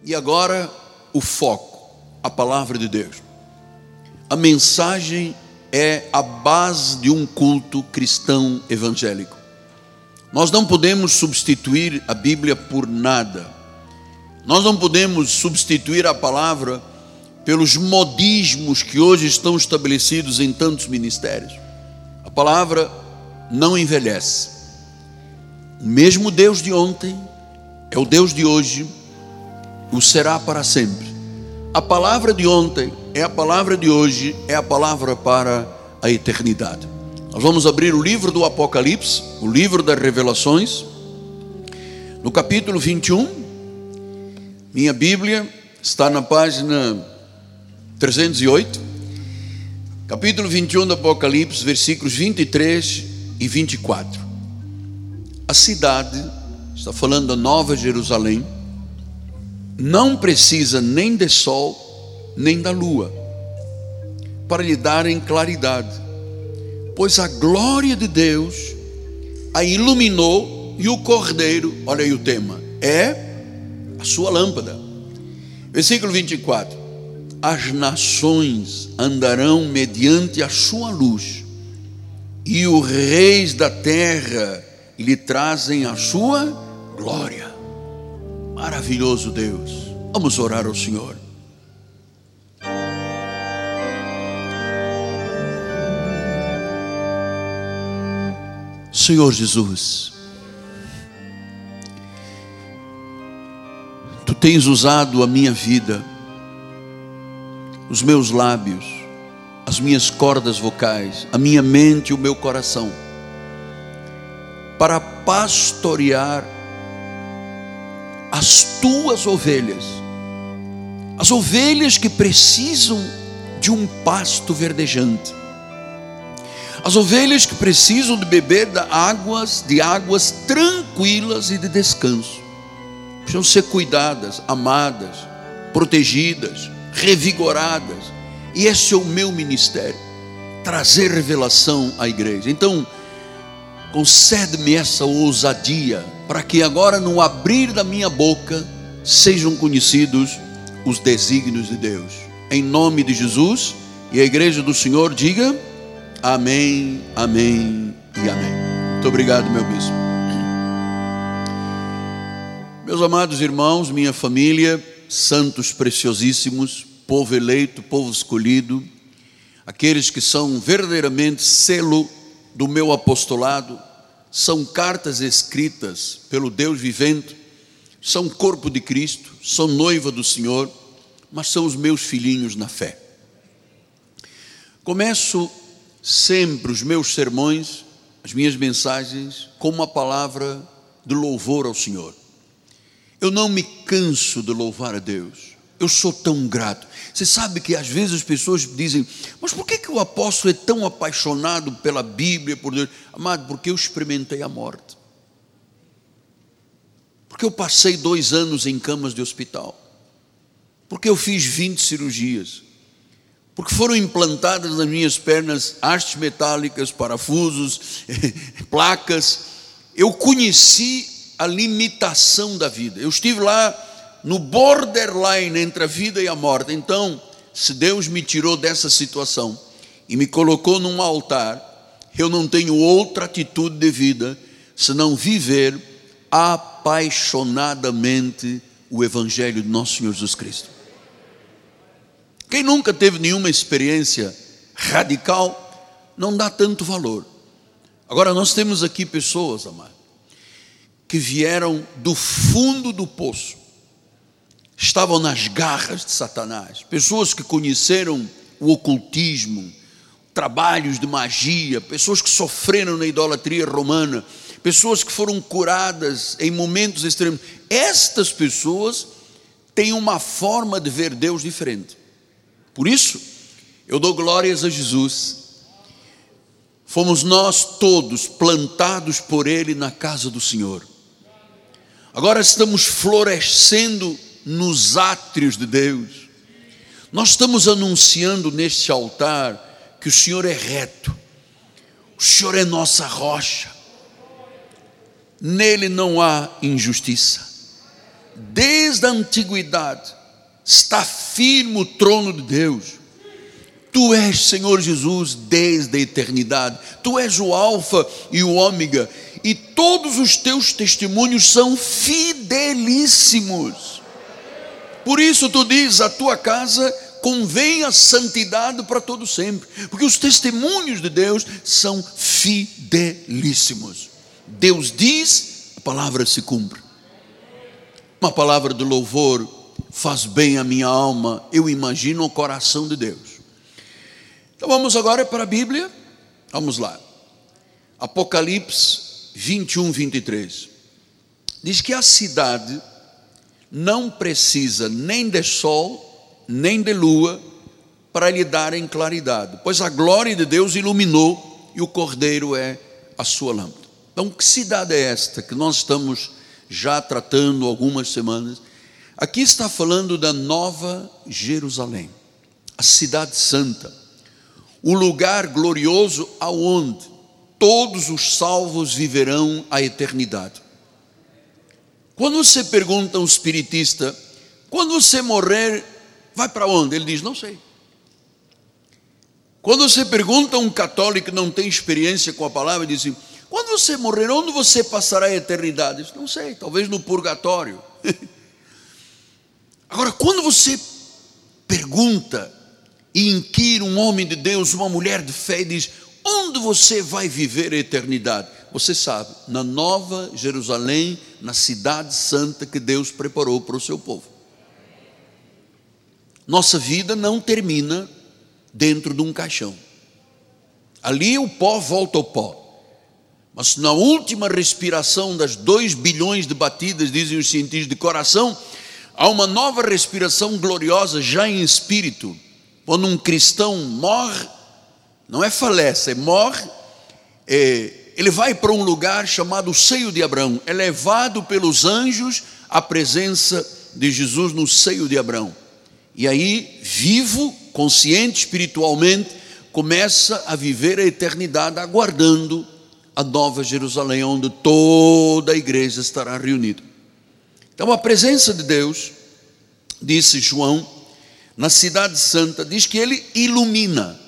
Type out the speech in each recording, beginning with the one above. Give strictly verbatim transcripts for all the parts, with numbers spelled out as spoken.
E agora o foco, a palavra de Deus. A mensagem é a base de um culto cristão evangélico. Nós não podemos substituir a Bíblia por nada. Nós não podemos substituir a palavra pelos modismos que hoje estão estabelecidos em tantos ministérios. A palavra não envelhece. O mesmo Deus de ontem é o Deus de hoje, o será para sempre. A palavra de ontem é a palavra de hoje, é a palavra para a eternidade. Nós vamos abrir o livro do Apocalipse, o livro das Revelações, no capítulo vinte e um. Minha Bíblia está na página trezentos e oito, capítulo vinte e um do Apocalipse, versículos vinte e três e vinte e quatro. A cidade, está falando da Nova Jerusalém, não precisa nem de sol, nem da lua, para lhe darem claridade, pois a glória de Deus a iluminou, e o Cordeiro, olha aí o tema, é a sua lâmpada. Versículo vinte e quatro: as nações andarão mediante a sua luz, e os reis da terra lhe trazem a sua glória. Maravilhoso Deus. Vamos orar ao Senhor. Senhor Jesus, Tu tens usado a minha vida, os meus lábios, as minhas cordas vocais, a minha mente e o meu coração, para pastorear as Tuas ovelhas, as ovelhas que precisam de um pasto verdejante, as ovelhas que precisam de beber de águas, de águas tranquilas e de descanso, precisam ser cuidadas, amadas, protegidas, revigoradas. E esse é o meu ministério, trazer revelação à igreja. Então, concede-me essa ousadia, para que agora no abrir da minha boca sejam conhecidos os desígnios de Deus. Em nome de Jesus, e a igreja do Senhor diga amém, amém e amém. Muito obrigado, meu bispo. Meus amados irmãos, minha família, santos preciosíssimos, povo eleito, povo escolhido, aqueles que são verdadeiramente selo do meu apostolado, são cartas escritas pelo Deus vivente, são corpo de Cristo, são noiva do Senhor, mas são os meus filhinhos na fé. Começo sempre os meus sermões, as minhas mensagens, com uma palavra de louvor ao Senhor. Eu não me canso de louvar a Deus. Eu sou tão grato. Você sabe que às vezes as pessoas dizem: mas por que, que o apóstolo é tão apaixonado pela Bíblia, por Deus? Amado, porque eu experimentei a morte. Porque eu passei dois anos em camas de hospital. Porque eu fiz vinte cirurgias. Porque foram implantadas nas minhas pernas hastes metálicas, parafusos, placas. Eu conheci a limitação da vida. Eu estive lá no borderline entre a vida e a morte. Então, se Deus me tirou dessa situação e me colocou num altar, eu não tenho outra atitude de vida senão viver apaixonadamente o Evangelho de nosso Senhor Jesus Cristo. Quem nunca teve nenhuma experiência radical não dá tanto valor. Agora, nós temos aqui pessoas, amados, que vieram do fundo do poço, estavam nas garras de Satanás, pessoas que conheceram o ocultismo, trabalhos de magia, pessoas que sofreram na idolatria romana, pessoas que foram curadas em momentos extremos. Estas pessoas têm uma forma de ver Deus diferente. Por isso, eu dou glórias a Jesus. Fomos nós todos plantados por Ele na casa do Senhor. Agora estamos florescendo nos átrios de Deus. Nós estamos anunciando neste altar que o Senhor é reto, o Senhor é nossa rocha, nele não há injustiça, desde a antiguidade, está firme o trono de Deus. Tu és, Senhor Jesus, desde a eternidade. Tu és o alfa e o ômega, e todos os teus testemunhos são fidelíssimos. Por isso tu dizes, a tua casa convém a santidade para todo sempre, porque os testemunhos de Deus são fidelíssimos. Deus diz, a palavra se cumpre. Uma palavra de louvor faz bem a minha alma. Eu imagino o coração de Deus. Então vamos agora para a Bíblia. Vamos lá. Apocalipse vinte e um, vinte e três. Diz que a cidade não precisa nem de sol, nem de lua, para lhe darem claridade, pois a glória de Deus iluminou e o Cordeiro é a sua lâmpada. Então, que cidade é esta que nós estamos já tratando algumas semanas? Aqui está falando da Nova Jerusalém, a cidade santa, o lugar glorioso aonde todos os salvos viverão a eternidade. Quando você pergunta a um espiritista, quando você morrer, vai para onde? Ele diz, não sei. Quando você pergunta a um católico que não tem experiência com a palavra, ele diz assim, quando você morrer, onde você passará a eternidade? Ele diz, não sei, talvez no purgatório. Agora, quando você pergunta e inquire um homem de Deus, uma mulher de fé, e diz, onde você vai viver a eternidade? Você sabe, na Nova Jerusalém, na cidade santa que Deus preparou para o seu povo. Nossa vida não termina dentro de um caixão. Ali o pó volta ao pó. Mas na última respiração das dois bilhões de batidas, dizem os cientistas, de coração, há uma nova respiração gloriosa já em espírito. Quando um cristão morre, não é falece, é morre, é, ele vai para um lugar chamado seio de Abraão, é levado pelos anjos à presença de Jesus no seio de Abraão. E aí, vivo, consciente espiritualmente, começa a viver a eternidade aguardando a Nova Jerusalém, onde toda a igreja estará reunida. Então a presença de Deus, disse João, na cidade santa, diz que ele ilumina.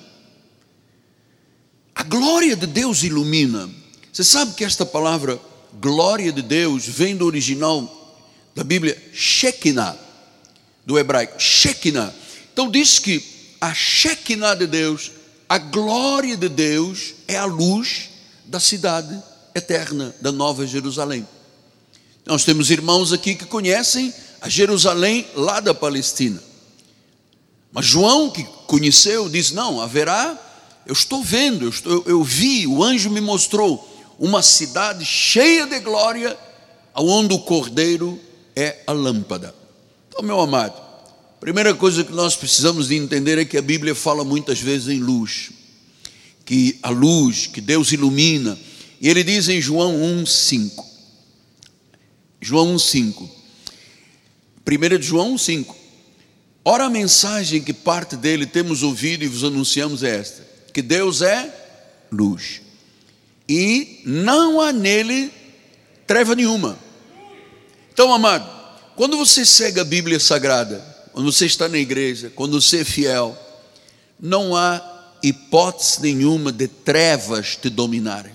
A glória de Deus ilumina. Você sabe que esta palavra glória de Deus vem do original da Bíblia, Shekinah, do hebraico, Shekinah. Então diz que a Shekinah de Deus, a glória de Deus é a luz da cidade eterna, da Nova Jerusalém. Nós temos irmãos aqui que conhecem a Jerusalém lá da Palestina. Mas João, que conheceu, diz, não, haverá, eu estou vendo, eu, estou, eu vi, o anjo me mostrou uma cidade cheia de glória, onde o Cordeiro é a lâmpada. Então, meu amado, a primeira coisa que nós precisamos de entender é que a Bíblia fala muitas vezes em luz, que a luz, que Deus ilumina, e ele diz em João um, cinco, João um, cinco, primeira de João um, cinco, ora a mensagem que parte dele temos ouvido e vos anunciamos é esta, que Deus é luz, e não há nele treva nenhuma. Então, amado, quando você segue a Bíblia Sagrada, quando você está na igreja, quando você é fiel, não há hipótese nenhuma de trevas te dominarem.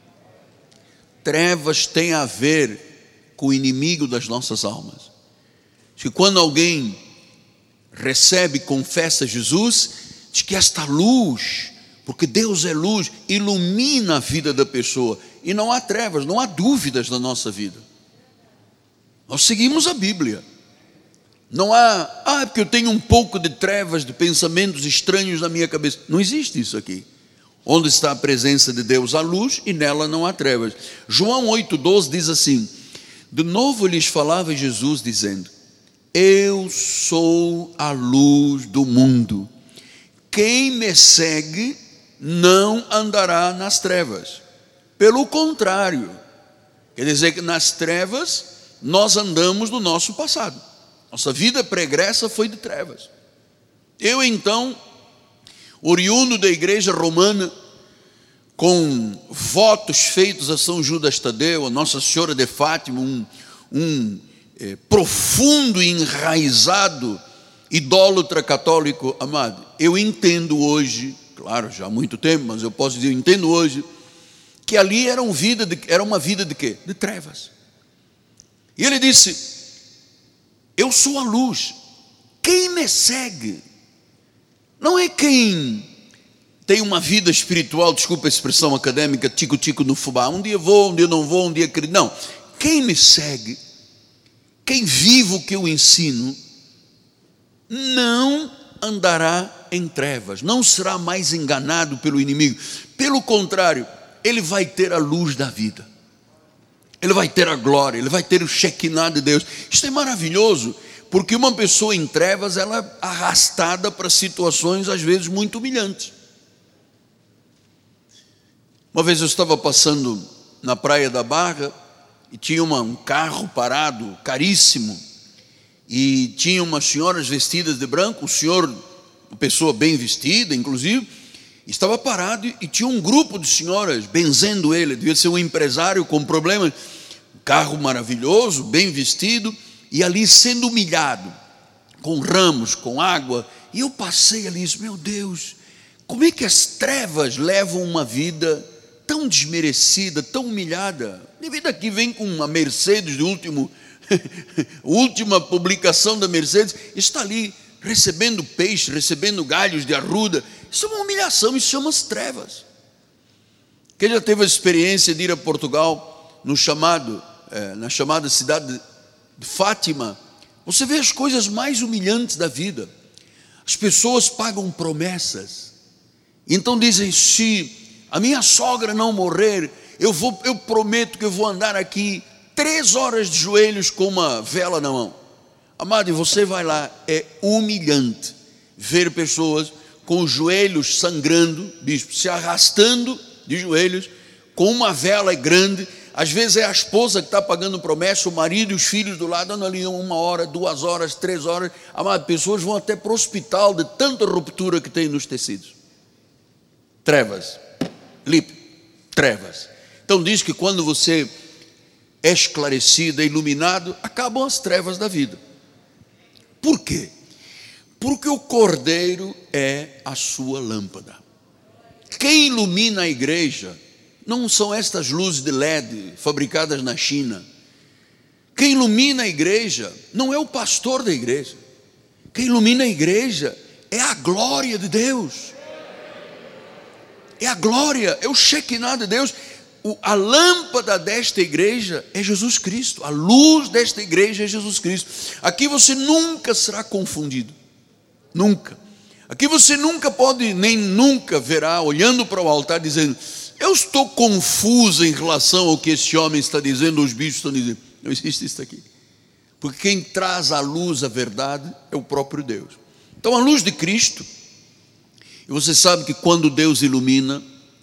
Trevas têm a ver com o inimigo das nossas almas. Que quando alguém recebe e confessa Jesus, diz que esta luz, porque Deus é luz, ilumina a vida da pessoa, e não há trevas, não há dúvidas na nossa vida. Nós seguimos a Bíblia. Não há, ah, porque eu tenho um pouco de trevas, de pensamentos estranhos na minha cabeça. Não existe isso aqui. Onde está a presença de Deus, a luz, e nela não há trevas. João oito, doze diz assim, de novo lhes falava Jesus dizendo, eu sou a luz do mundo, quem me segue não andará nas trevas, pelo contrário, quer dizer que nas trevas nós andamos no nosso passado, nossa vida pregressa foi de trevas. Eu então, oriundo da igreja romana, com votos feitos a São Judas Tadeu, a Nossa Senhora de Fátima, um, um é, profundo e enraizado idólatra católico, amado, eu entendo hoje, claro, já há muito tempo, mas eu posso dizer, eu entendo hoje, que ali era, um vida de, era uma vida de quê? De trevas. E ele disse, eu sou a luz, quem me segue, não é quem tem uma vida espiritual, desculpa a expressão acadêmica, tico-tico no fubá, um dia vou, um dia não vou, um dia acredito, não, quem me segue, quem vive o que eu ensino, não andará em trevas, não será mais enganado pelo inimigo, pelo contrário, ele vai ter a luz da vida, ele vai ter a glória, ele vai ter o Shekinah de Deus. Isto é maravilhoso, porque uma pessoa em trevas, ela é arrastada para situações às vezes muito humilhantes. Uma vez eu estava passando na praia da Barra e tinha uma, um carro parado, caríssimo, e tinha umas senhoras vestidas de branco, o senhor, uma pessoa bem vestida inclusive, estava parado e tinha um grupo de senhoras benzendo ele, devia ser um empresário com problemas, um carro maravilhoso, bem vestido, e ali sendo humilhado, com ramos, com água, e eu passei ali e disse, meu Deus, como é que as trevas levam uma vida tão desmerecida, tão humilhada? Minha vida aqui vem com uma Mercedes de último, última publicação da Mercedes, está ali recebendo peixe, recebendo galhos de arruda. Isso é uma humilhação, isso chama as trevas. Quem já teve a experiência de ir a Portugal, no chamado, é, na chamada cidade de Fátima, você vê as coisas mais humilhantes da vida. As pessoas pagam promessas, então dizem, se a minha sogra não morrer, eu, vou, eu prometo que eu vou andar aqui três horas de joelhos com uma vela na mão. Amado, e você vai lá, é humilhante ver pessoas com os joelhos sangrando, bispo, se arrastando de joelhos, com uma vela grande, às vezes é a esposa que está pagando promessa, o marido e os filhos do lado, andam ali uma hora, duas horas, três horas, amado, pessoas vão até para o hospital de tanta ruptura que tem nos tecidos. Trevas, Lipe, trevas. Então diz que quando você é esclarecido, é iluminado, acabam as trevas da vida. Por quê? Porque o Cordeiro é a sua lâmpada. Quem ilumina a igreja não são estas luzes de L E D fabricadas na China. Quem ilumina a igreja não é o pastor da igreja. Quem ilumina a igreja é a glória de Deus. É a glória, é o Shekinah de Deus. O, a lâmpada desta igreja é Jesus Cristo. A luz desta igreja é Jesus Cristo. Aqui você nunca será confundido. Nunca. Aqui você nunca pode, nem nunca verá, olhando para o altar, dizendo, eu estou confuso em relação ao que esse homem está dizendo, os bichos estão dizendo. Não existe isso aqui. Porque quem traz à luz a verdade é o próprio Deus. Então a luz de Cristo, e você sabe que quando Deus ilumina,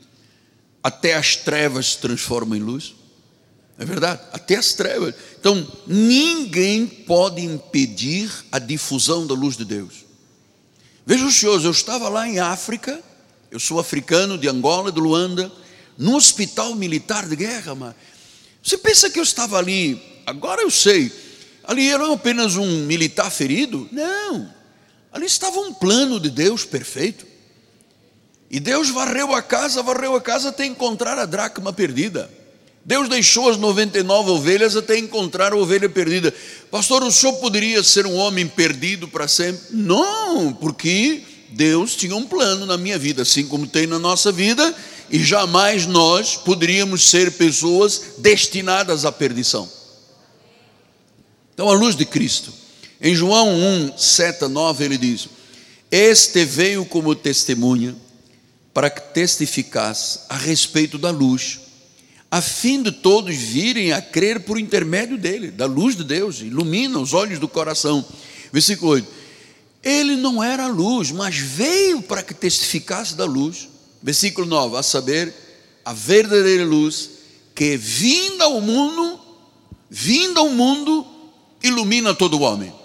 até as trevas se transformam em luz. É verdade? Até as trevas. Então, ninguém pode impedir a difusão da luz de Deus. Vejam os senhores, eu estava lá em África, eu sou africano de Angola, de Luanda, num hospital militar de guerra, mas você pensa que eu estava ali, agora eu sei, ali era apenas um militar ferido? Não, ali estava um plano de Deus perfeito. E Deus varreu a casa, varreu a casa até encontrar a dracma perdida. Deus deixou as noventa e nove ovelhas até encontrar a ovelha perdida. Pastor, o senhor poderia ser um homem perdido para sempre? Não, porque Deus tinha um plano na minha vida, assim como tem na nossa vida, e jamais nós poderíamos ser pessoas destinadas à perdição. Então a luz de Cristo, em João um, sete a nove ele diz, este veio como testemunha, para que testificasse a respeito da luz, a fim de todos virem a crer por intermédio dele, da luz de Deus, ilumina os olhos do coração. Versículo oito, ele não era a luz, mas veio para que testificasse da luz. Versículo nove, a saber, a verdadeira luz, que vinda ao mundo, vinda ao mundo, ilumina todo o homem.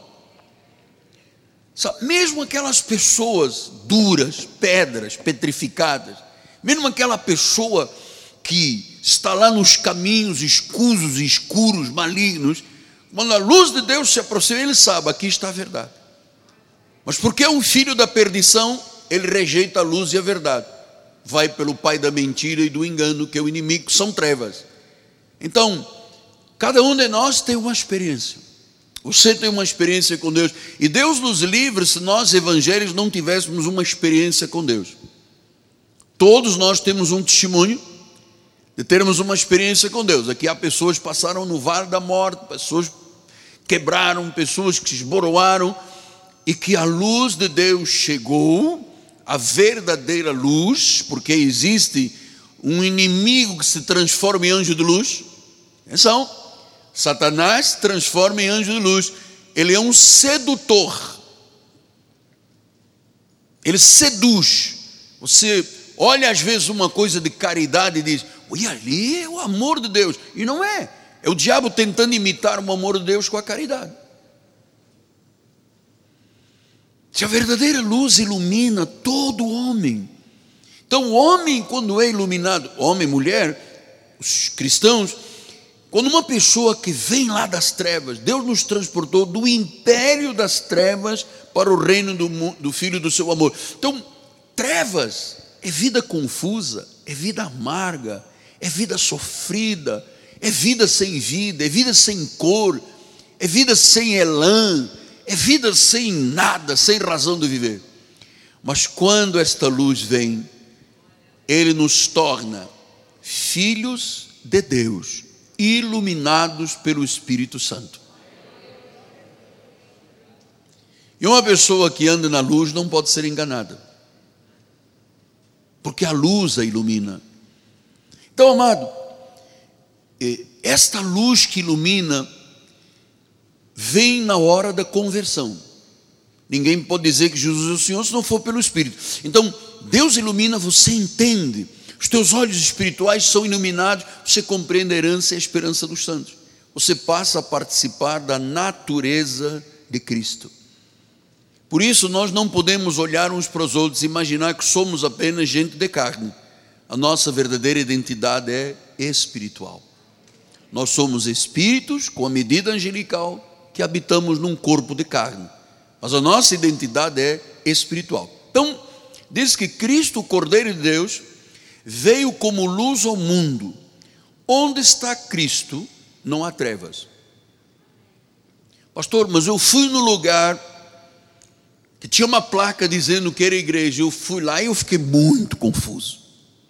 Mesmo aquelas pessoas duras, pedras, petrificadas, mesmo aquela pessoa que está lá nos caminhos escusos, escuros, malignos, Quando a luz de Deus se aproxima, ele sabe, aqui está a verdade. Mas porque é um filho da perdição, ele rejeita a luz e a verdade. Vai pelo pai da mentira e do engano, que é o inimigo, que são trevas. Então, cada um de nós tem uma experiência. Você tem uma experiência com Deus. E Deus nos livre se nós, evangélicos, não tivéssemos uma experiência com Deus. Todos nós temos um testemunho de termos uma experiência com Deus. Aqui há pessoas que passaram no vale da morte, pessoas quebraram, pessoas que se esboroaram, e que a luz de Deus chegou, a verdadeira luz, porque existe um inimigo que se transforma em anjo de luz. Atenção, Satanás se transforma em anjo de luz. Ele é um sedutor. Ele seduz. Você olha às vezes uma coisa de caridade e diz: e ali é o amor de Deus. E não é. É o diabo tentando imitar o amor de Deus com a caridade. Se a verdadeira luz ilumina todo homem. Então o homem, quando é iluminado, homem, mulher, os cristãos, quando uma pessoa que vem lá das trevas, Deus nos transportou do império das trevas para o reino do, do Filho do seu amor. Então, trevas é vida confusa, é vida amarga, é vida sofrida, é vida sem vida, é vida sem cor, é vida sem elan, é vida sem nada, sem razão de viver. Mas quando esta luz vem, Ele nos torna filhos de Deus, iluminados pelo Espírito Santo. E uma pessoa que anda na luz não pode ser enganada, porque a luz a ilumina. Então, amado, esta luz que ilumina vem na hora da conversão. Ninguém pode dizer que Jesus é o Senhor se não for pelo Espírito. Então, Deus ilumina, você entende. Os teus olhos espirituais são iluminados, você compreende a herança e a esperança dos santos. Você passa a participar da natureza de Cristo. Por isso, nós não podemos olhar uns para os outros e imaginar que somos apenas gente de carne. A nossa verdadeira identidade é espiritual. Nós somos espíritos com a medida angelical que habitamos num corpo de carne, mas a nossa identidade é espiritual. Então, diz que Cristo, o Cordeiro de Deus, veio como luz ao mundo. Onde está Cristo, não há trevas. Pastor, mas eu fui no lugar que tinha uma placa dizendo que era igreja. Eu fui lá e eu fiquei muito confuso.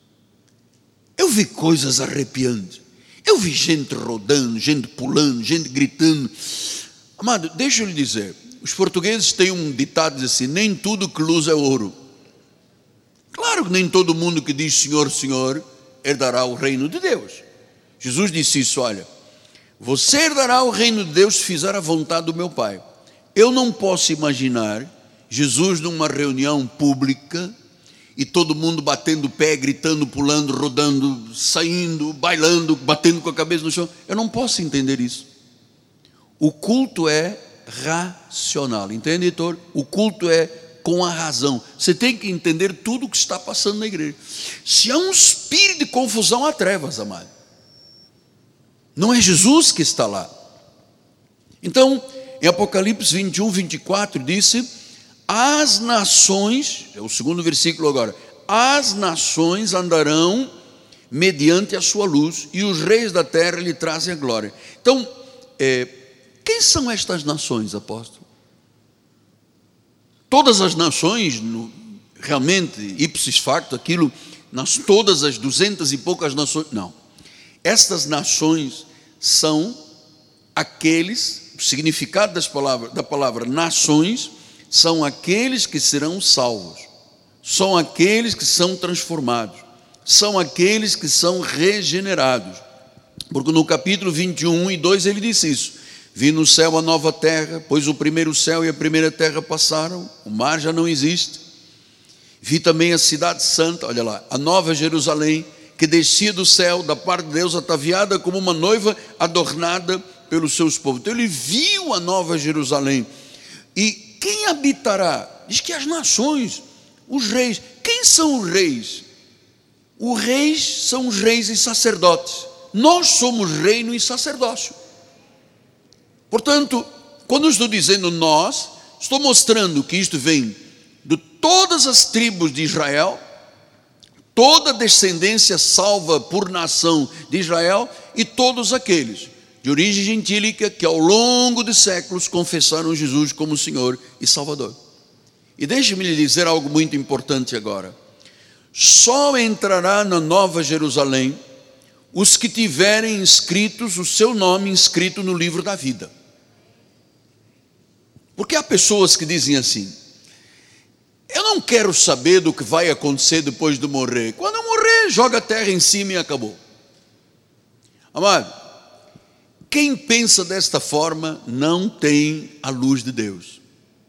Eu vi coisas arrepiantes. Eu vi gente rodando, gente pulando, gente gritando. Amado, deixa eu lhe dizer, os portugueses têm um ditado assim: nem tudo que luz é ouro. Claro que nem todo mundo que diz Senhor, Senhor, herdará o reino de Deus. Jesus disse isso: olha, você herdará o reino de Deus se fizer a vontade do meu Pai. Eu não posso imaginar Jesus numa reunião pública e todo mundo batendo pé, gritando, pulando, rodando, saindo, bailando, batendo com a cabeça no chão. Eu não posso entender isso. O culto é racional, entende, Heitor? O culto é com a razão. Você tem que entender tudo o que está passando na igreja. Se há um espírito de confusão, há trevas, amado. Não é Jesus que está lá. Então, em Apocalipse vinte e um, vinte e quatro, disse: as nações, é o segundo versículo agora, as nações andarão mediante a sua luz, e os reis da terra lhe trazem a glória. Então, é, quem são estas nações, apóstolo? Todas as nações, no, realmente, ipsis facto, aquilo, nas todas as duzentas e poucas nações, não. Estas nações são aqueles, o significado das palavras, da palavra nações, são aqueles que serão salvos, são aqueles que são transformados, são aqueles que são regenerados. Porque no capítulo vinte e um, um e dois ele disse isso: vi no céu a nova terra, pois o primeiro céu e a primeira terra passaram, o mar já não existe. Vi também a cidade santa, olha lá, a nova Jerusalém, que descia do céu, da parte de Deus, ataviada como uma noiva adornada pelos seus povos. Então ele viu a nova Jerusalém. E quem habitará? Diz que as nações, os reis. Quem são os reis? Os reis são os reis e sacerdotes. Nós somos reino e sacerdócio. Portanto, quando eu estou dizendo nós, estou mostrando que isto vem de todas as tribos de Israel, toda a descendência salva por nação de Israel e todos aqueles de origem gentílica que ao longo de séculos confessaram Jesus como Senhor e Salvador. E deixe-me lhe dizer algo muito importante agora. Só entrará na Nova Jerusalém os que tiverem inscritos o seu nome inscrito no livro da vida. Porque há pessoas que dizem assim: eu não quero saber do que vai acontecer depois de morrer. Quando eu morrer, joga a terra em cima e acabou. Amado, quem pensa desta forma não tem a luz de Deus.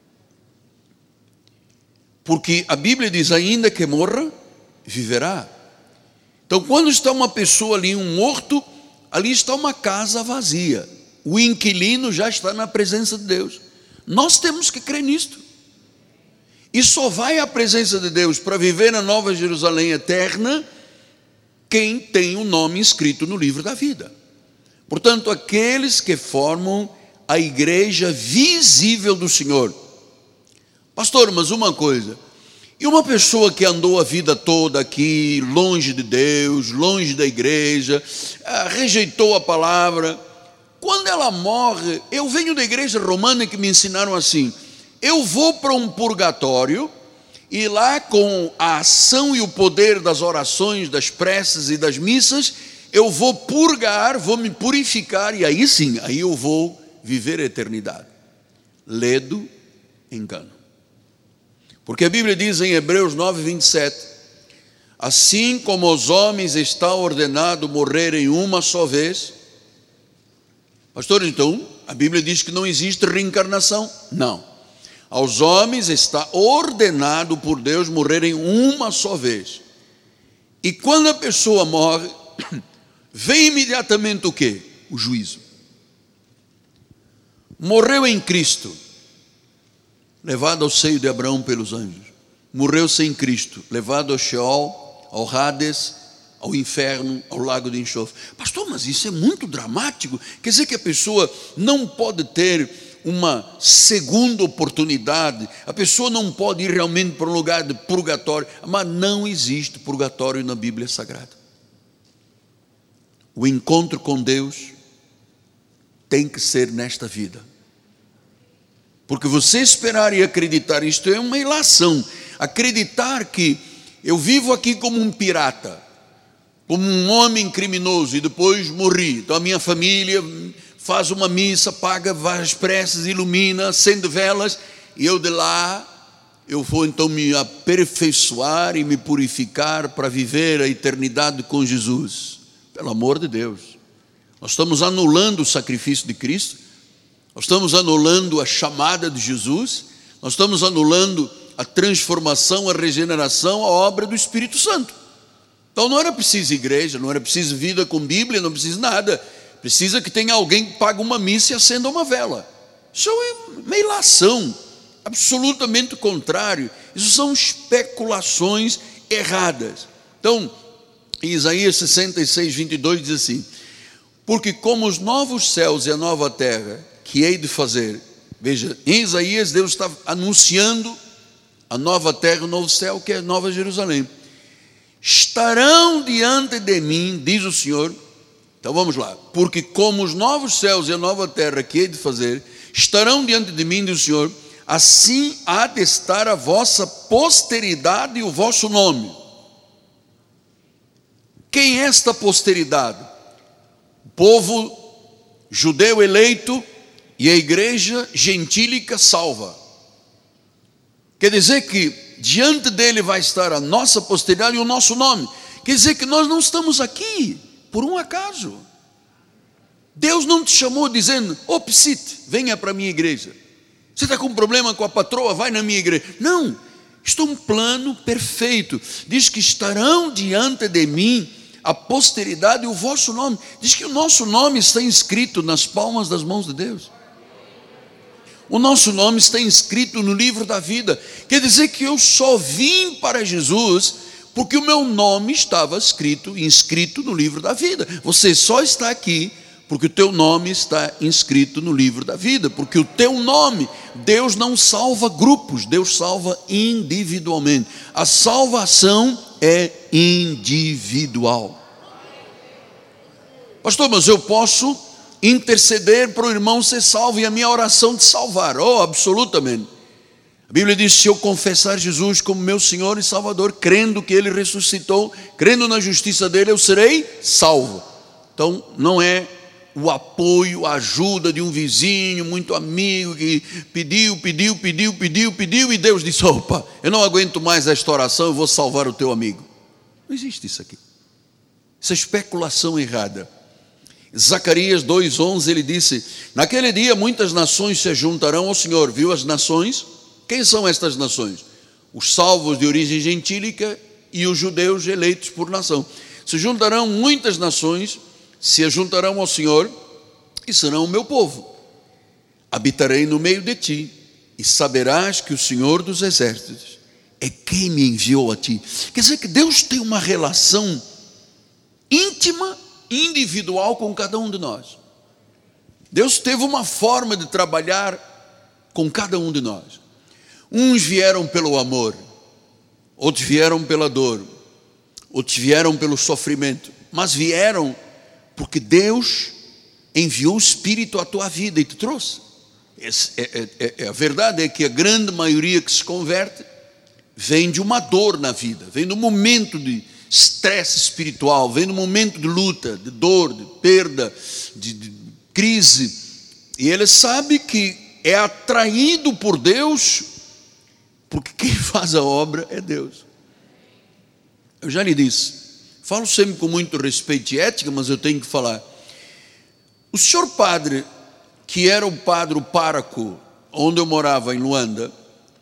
Porque a Bíblia diz: ainda que morra, viverá. Então, quando está uma pessoa ali, um morto, ali está uma casa vazia. O inquilino já está na presença de Deus. Nós temos que crer nisto. E só vai à presença de Deus para viver na Nova Jerusalém eterna quem tem o nome inscrito no livro da vida. Portanto, aqueles que formam a igreja visível do Senhor. Pastor, mas uma coisa, e uma pessoa que andou a vida toda aqui, longe de Deus, longe da igreja, rejeitou a palavra, quando ela morre, eu venho da igreja romana que me ensinaram assim: eu vou para um purgatório, e lá com a ação e o poder das orações, das preces e das missas, eu vou purgar, vou me purificar, e aí sim, aí eu vou viver a eternidade. Ledo engano. Porque a Bíblia diz em Hebreus nove, vinte e sete, assim como os homens está ordenado morrerem uma só vez. Pastor, então, a Bíblia diz que não existe reencarnação. Não. Aos homens está ordenado por Deus morrerem uma só vez. E quando a pessoa morre, vem imediatamente o quê? O juízo. Morreu em Cristo, levado ao seio de Abraão pelos anjos. Morreu sem Cristo, levado ao Sheol, ao Hades, ao inferno, ao lago de enxofre. Pastor, mas isso é muito dramático. Quer dizer que a pessoa não pode ter uma segunda oportunidade, a pessoa não pode ir realmente para um lugar de purgatório. Mas não existe purgatório na Bíblia Sagrada. O encontro com Deus tem que ser nesta vida. Porque você esperar e acreditar, isto é uma ilação. Acreditar que eu vivo aqui como um pirata, como um homem criminoso, e depois morri. Então a minha família faz uma missa, paga várias preces, ilumina, acende velas, e eu de lá, eu vou então me aperfeiçoar e me purificar para viver a eternidade com Jesus. Pelo amor de Deus, nós estamos anulando o sacrifício de Cristo, nós estamos anulando a chamada de Jesus, nós estamos anulando a transformação, a regeneração, a obra do Espírito Santo. Então não era preciso igreja, não era preciso vida com Bíblia, não precisa nada. Precisa que tenha alguém que pague uma missa e acenda uma vela. Isso é uma ilação, absolutamente contrário. Isso são especulações erradas. Então, em Isaías sessenta e seis, vinte e dois diz assim: porque como os novos céus e a nova terra que hei de fazer, veja, em Isaías Deus está anunciando a nova terra, o novo céu, que é a Nova Jerusalém, estarão diante de mim, diz o Senhor. Então vamos lá, porque como os novos céus e a nova terra que hei de fazer estarão diante de mim, diz o Senhor, assim há de estar a vossa posteridade e o vosso nome. Quem é esta posteridade? O povo judeu eleito e a igreja gentílica salva. Quer dizer que diante dele vai estar a nossa posteridade e o nosso nome. Quer dizer que nós não estamos aqui por um acaso. Deus não te chamou dizendo: ô psite, venha para a minha igreja. Você está com um problema com a patroa, vai na minha igreja. Não, isto é um plano perfeito. Diz que estarão diante de mim a posteridade e o vosso nome. Diz que o nosso nome está inscrito nas palmas das mãos de Deus. O nosso nome está inscrito no livro da vida. Quer dizer que eu só vim para Jesus porque o meu nome estava escrito, inscrito no livro da vida. Você só está aqui porque o teu nome está inscrito no livro da vida, porque o teu nome, Deus não salva grupos, Deus salva individualmente. A salvação é individual. Pastor, mas eu posso interceder para o irmão ser salvo e a minha oração te salvar? Oh, absolutamente. A Bíblia diz: se eu confessar Jesus como meu Senhor e Salvador, crendo que Ele ressuscitou, crendo na justiça dEle, eu serei salvo. Então não é o apoio, a ajuda de um vizinho muito amigo que pediu, pediu, pediu, pediu, pediu, e Deus disse: opa, eu não aguento mais esta oração, eu vou salvar o teu amigo. Não existe isso aqui. Isso é especulação errada. Zacarias dois, onze, ele disse: naquele dia muitas nações se juntarão ao Senhor. Viu as nações? Quem são estas nações? Os salvos de origem gentílica e os judeus eleitos por nação. Se juntarão muitas nações, se juntarão ao Senhor e serão o meu povo. Habitarei no meio de ti e saberás que o Senhor dos exércitos é quem me enviou a ti. Quer dizer que Deus tem uma relação íntima, individual com cada um de nós. Deus teve uma forma de trabalhar com cada um de nós. Uns vieram pelo amor, outros vieram pela dor, outros vieram pelo sofrimento, mas vieram porque Deus enviou o Espírito à tua vida e te trouxe. É, é, é, é, a verdade é que a grande maioria que se converte vem de uma dor na vida, vem de um momento de estresse espiritual, vem de um momento de luta, de dor, de perda, de, de crise, e ele sabe que é atraído por Deus, porque quem faz a obra é Deus. Eu já lhe disse, falo sempre com muito respeito e ética, mas eu tenho que falar. O senhor padre, que era o padre, o pároco, onde eu morava, em Luanda,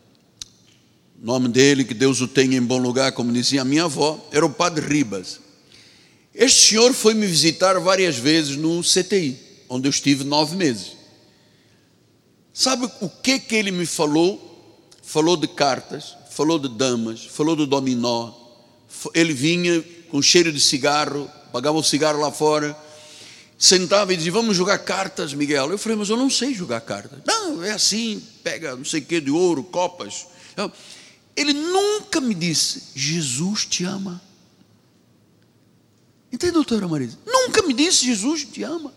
o nome dele, que Deus o tenha em bom lugar, como dizia a minha avó, era o padre Ribas. Este senhor foi me visitar várias vezes no C T I, onde eu estive nove meses. Sabe o que que ele me falou? Falou de cartas, falou de damas, falou do dominó. Ele vinha com cheiro de cigarro, pagava o cigarro lá fora, sentava e dizia: vamos jogar cartas, Miguel. Eu falei: mas eu não sei jogar cartas. Não, é assim, pega não sei o que de ouro, copas. Ele nunca me disse: Jesus te ama. Entende, doutora Marisa? Nunca me disse: Jesus te ama.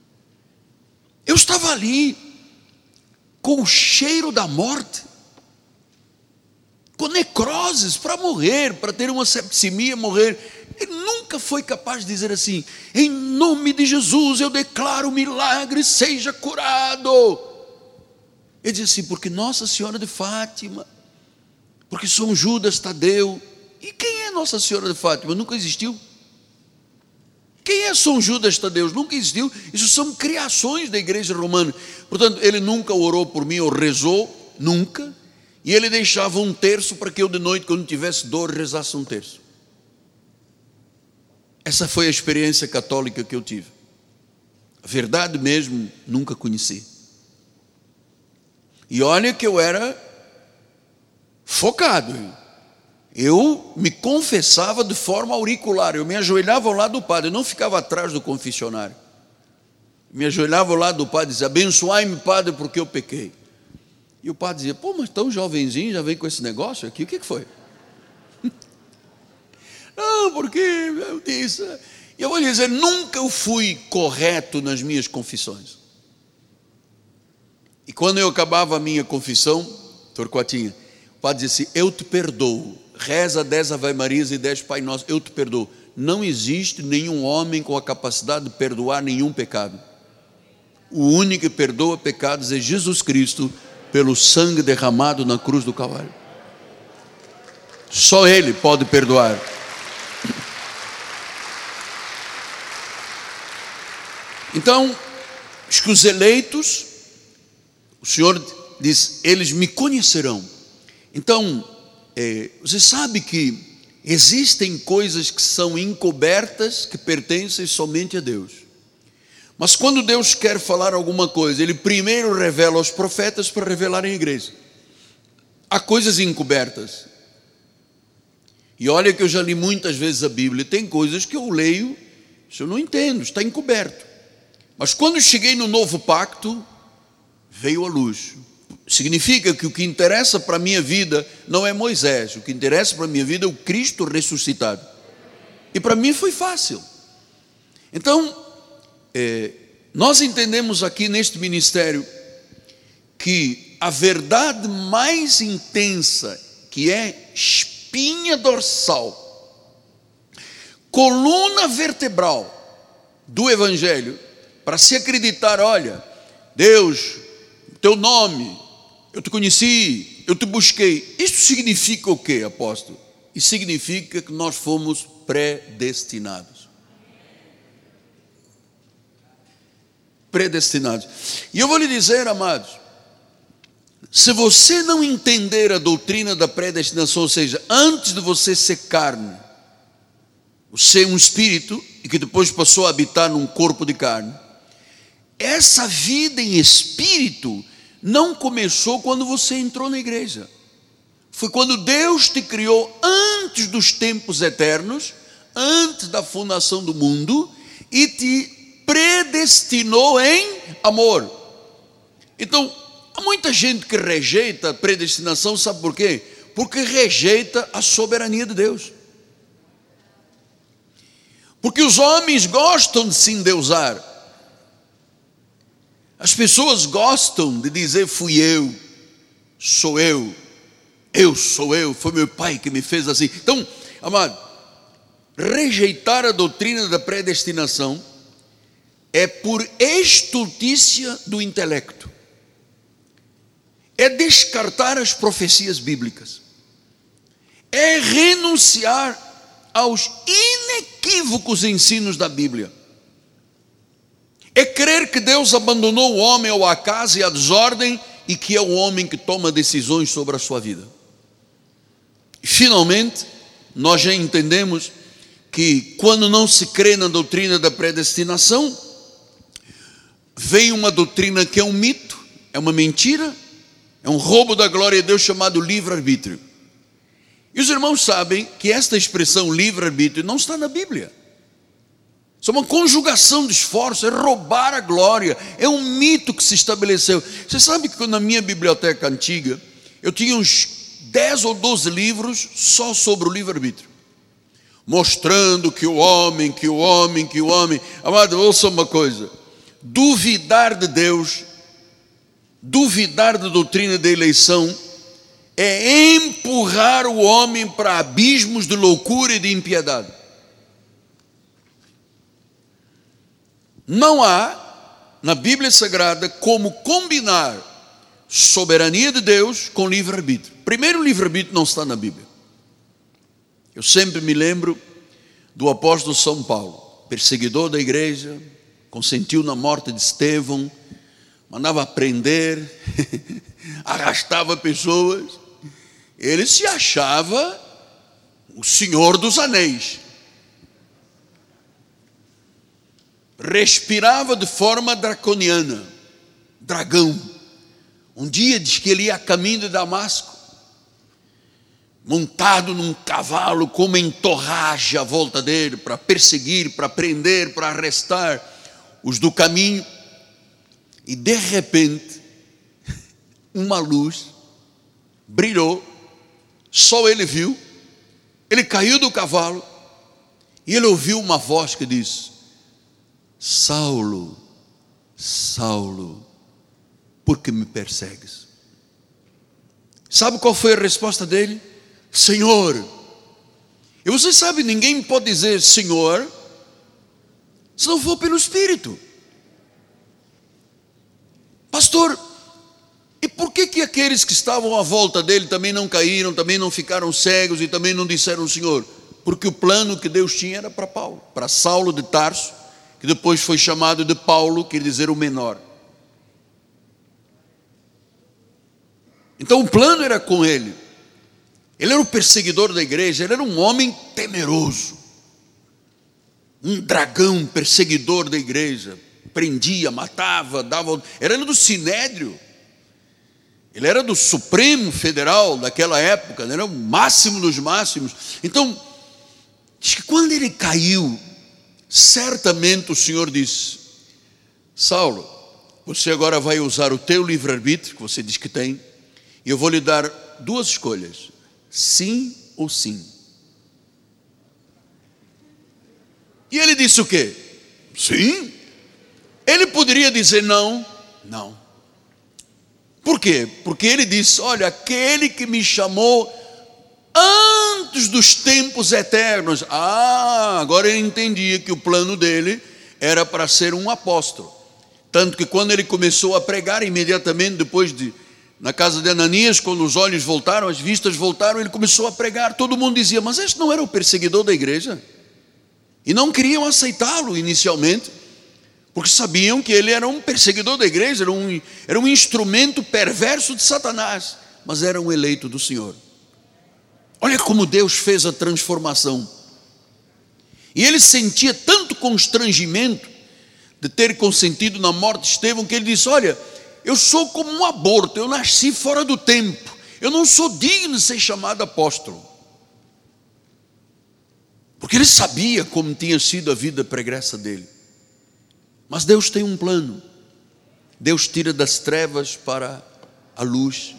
Eu estava ali com o cheiro da morte, com necroses para morrer, para ter uma septicemia, morrer. Ele nunca foi capaz de dizer assim: em nome de Jesus eu declaro milagre, seja curado. Ele disse assim: porque Nossa Senhora de Fátima, porque São Judas Tadeu. E quem é Nossa Senhora de Fátima? Nunca existiu. Quem é São Judas Tadeu? Nunca existiu. Isso são criações da igreja romana. Portanto, ele nunca orou por mim ou rezou, nunca. E ele deixava um terço para que eu de noite, quando tivesse dor, rezasse um terço. Essa foi a experiência católica que eu tive. A verdade mesmo, nunca conheci. E olha que eu era focado. Eu me confessava de forma auricular. Eu me ajoelhava ao lado do padre, eu não ficava atrás do confessionário. Me ajoelhava ao lado do padre e dizia: abençoai-me, padre, porque eu pequei. E o padre dizia: pô, mas tão jovenzinho, já vem com esse negócio aqui, o que foi? Não, porque eu disse. E eu vou lhe dizer, nunca eu fui correto nas minhas confissões. E quando eu acabava a minha confissão, Torquatinha, o padre disse: eu te perdoo, reza dez Ave Marias e dez Pai Nosso, eu te perdoo. Não existe nenhum homem com a capacidade de perdoar nenhum pecado. O único que perdoa pecados é Jesus Cristo, pelo sangue derramado na cruz do Calvário. Só Ele pode perdoar. Então, acho que os eleitos, o Senhor diz: eles me conhecerão. Então, é, você sabe que existem coisas que são encobertas, que pertencem somente a Deus. Mas quando Deus quer falar alguma coisa, Ele primeiro revela aos profetas para revelar à igreja. Há coisas encobertas. E olha que eu já li muitas vezes a Bíblia, tem coisas que eu leio, isso eu não entendo, está encoberto. Mas quando cheguei no novo pacto, veio a luz. Significa que o que interessa para a minha vida não é Moisés, o que interessa para a minha vida é o Cristo ressuscitado. E para mim foi fácil. Então, é, nós entendemos aqui neste ministério que a verdade mais intensa, que é espinha dorsal, coluna vertebral do Evangelho, para se acreditar, olha, Deus, teu nome, eu te conheci, eu te busquei. Isso significa o quê, apóstolo? Isso significa que nós fomos predestinados. Predestinados. E eu vou lhe dizer, amados, se você não entender a doutrina da predestinação, ou seja, antes de você ser carne, você é um espírito e que depois passou a habitar num corpo de carne, essa vida em espírito não começou quando você entrou na igreja. Foi quando Deus te criou antes dos tempos eternos, antes da fundação do mundo, e te predestinou em amor. Então, há muita gente que rejeita a predestinação, sabe por quê? Porque rejeita a soberania de Deus. Porque os homens gostam de se endeusar. As pessoas gostam de dizer, fui eu, sou eu, eu sou eu, foi meu pai que me fez assim. Então, amado, rejeitar a doutrina da predestinação é por estultícia do intelecto. É descartar as profecias bíblicas. É renunciar aos inequívocos ensinos da Bíblia. É crer que Deus abandonou o homem ao acaso e à desordem e que é o homem que toma decisões sobre a sua vida. E, finalmente, nós já entendemos que quando não se crê na doutrina da predestinação, vem uma doutrina que é um mito, é uma mentira, é um roubo da glória de Deus chamado livre-arbítrio. E os irmãos sabem que esta expressão livre-arbítrio não está na Bíblia. Isso é uma conjugação de esforço, é roubar a glória, é um mito que se estabeleceu. Você sabe que na minha biblioteca antiga, eu tinha uns dez ou doze livros só sobre o livre-arbítrio, mostrando que o homem, que o homem, que o homem... Amado, ouça uma coisa, duvidar de Deus, duvidar da doutrina da eleição, é empurrar o homem para abismos de loucura e de impiedade. Não há na Bíblia Sagrada como combinar soberania de Deus com livre-arbítrio. Primeiro, o livre-arbítrio não está na Bíblia. Eu sempre me lembro do apóstolo São Paulo, perseguidor da igreja, consentiu na morte de Estevão, mandava prender, arrastava pessoas. Ele se achava o Senhor dos Anéis. Respirava de forma draconiana, dragão. Um dia diz que ele ia a caminho de Damasco, montado num cavalo com uma entorragem à volta dele, para perseguir, para prender, para arrestar os do caminho. E de repente, uma luz brilhou, só ele viu, ele caiu do cavalo, e ele ouviu uma voz que disse: Saulo, Saulo, por que me persegues? Sabe qual foi a resposta dele? Senhor. E você sabe, ninguém pode dizer Senhor se não for pelo Espírito. Pastor, e por que que aqueles que estavam à volta dele também não caíram, também não ficaram cegos e também não disseram Senhor? Porque o plano que Deus tinha era para Paulo, para Saulo de Tarso, que depois foi chamado de Paulo, quer dizer o menor. Então o plano era com ele. Ele era o perseguidor da igreja, ele era um homem temeroso, um dragão perseguidor da igreja, prendia, matava, dava, era do Sinédrio, ele era do Supremo Federal daquela época, ele era o máximo dos máximos. Então, diz que quando ele caiu, certamente o Senhor disse: Saulo, você agora vai usar o teu livre-arbítrio, que você diz que tem, e eu vou lhe dar duas escolhas, sim ou sim. E ele disse o quê? Sim. Ele poderia dizer não, não. Por quê? Porque ele disse, olha, aquele que me chamou antes dos tempos eternos. Ah, agora ele entendia que o plano dele era para ser um apóstolo. Tanto que quando ele começou a pregar, imediatamente depois de, na casa de Ananias, quando os olhos voltaram, as vistas voltaram, ele começou a pregar. Todo mundo dizia, mas este não era o perseguidor da igreja? E não queriam aceitá-lo inicialmente, porque sabiam que ele era um perseguidor da igreja, era um, era um instrumento perverso de Satanás, mas era um eleito do Senhor. Olha como Deus fez a transformação. E ele sentia tanto constrangimento de ter consentido na morte de Estevão, que ele disse, olha, eu sou como um aborto, eu nasci fora do tempo, eu não sou digno de ser chamado apóstolo. Porque ele sabia como tinha sido a vida pregressa dele. Mas Deus tem um plano. Deus tira das trevas para a luz.